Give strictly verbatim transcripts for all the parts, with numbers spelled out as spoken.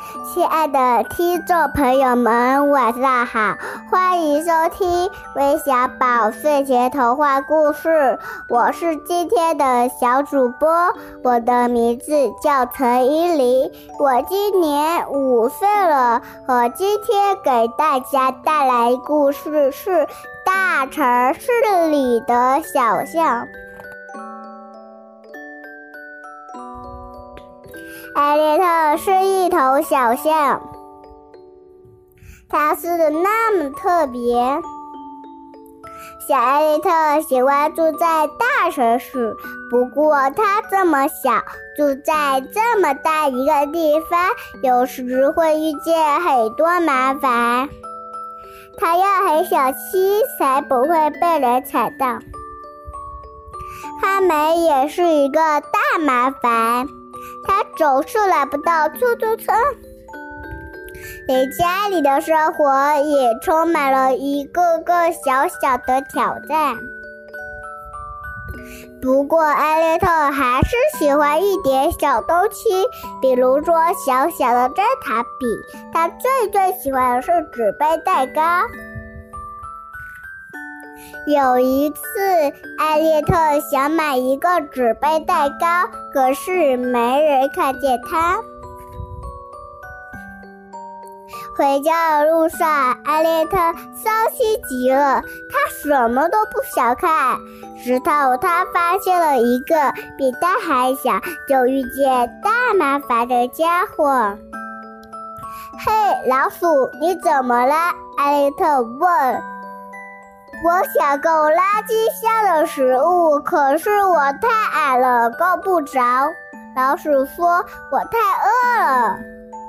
亲爱的听众朋友们，晚上好，欢迎收听微小宝睡前童话故事。我是今天的小主播，我的名字叫陈依琳，我今年五岁了。我今天给大家带来故事是大城市里的小象。艾略特是一头小象，它是那么特别。小艾略特喜欢住在大城市，不过它这么小，住在这么大一个地方，有时会遇见很多麻烦。它要很小心，才不会被人踩到。看门也是一个大麻烦。他总是来不到出租车，连家里的生活也充满了一个个小小的挑战。不过艾略特还是喜欢一点小东西，比如说小小的侦察笔，他最最喜欢的是纸杯蛋糕。有一次，艾略特想买一个纸杯蛋糕，可是没人看见他。回家的路上，艾略特伤心极了，他什么都不想看。直到他发现了一个比他还小，就遇见大麻烦的家伙。嘿，老鼠，你怎么了？艾略特问。我想够垃圾箱的食物，可是我太矮了，够不着。老鼠说：“我太饿了。”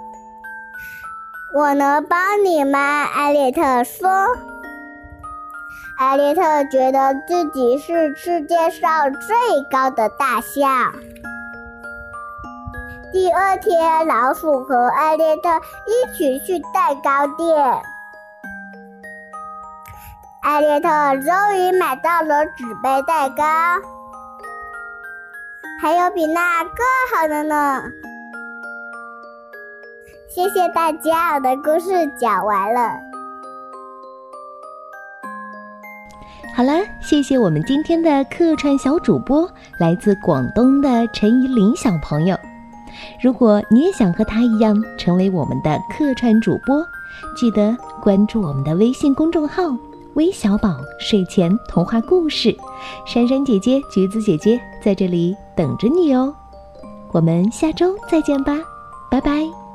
我能帮你吗？艾略特说。艾略特觉得自己是世界上最高的大象。第二天，老鼠和艾略特一起去蛋糕店。艾略特终于买到了纸杯蛋糕，还有比那更好的呢。谢谢大家，我的故事讲完了。 好了，谢谢我们今天的客串小主播，来自广东的陈怡琳小朋友。如果你也想和她一样成为我们的客串主播，记得关注我们的微信公众号微小宝睡前童话故事，珊珊姐姐、橘子姐姐在这里等着你哦。我们下周再见吧，拜拜。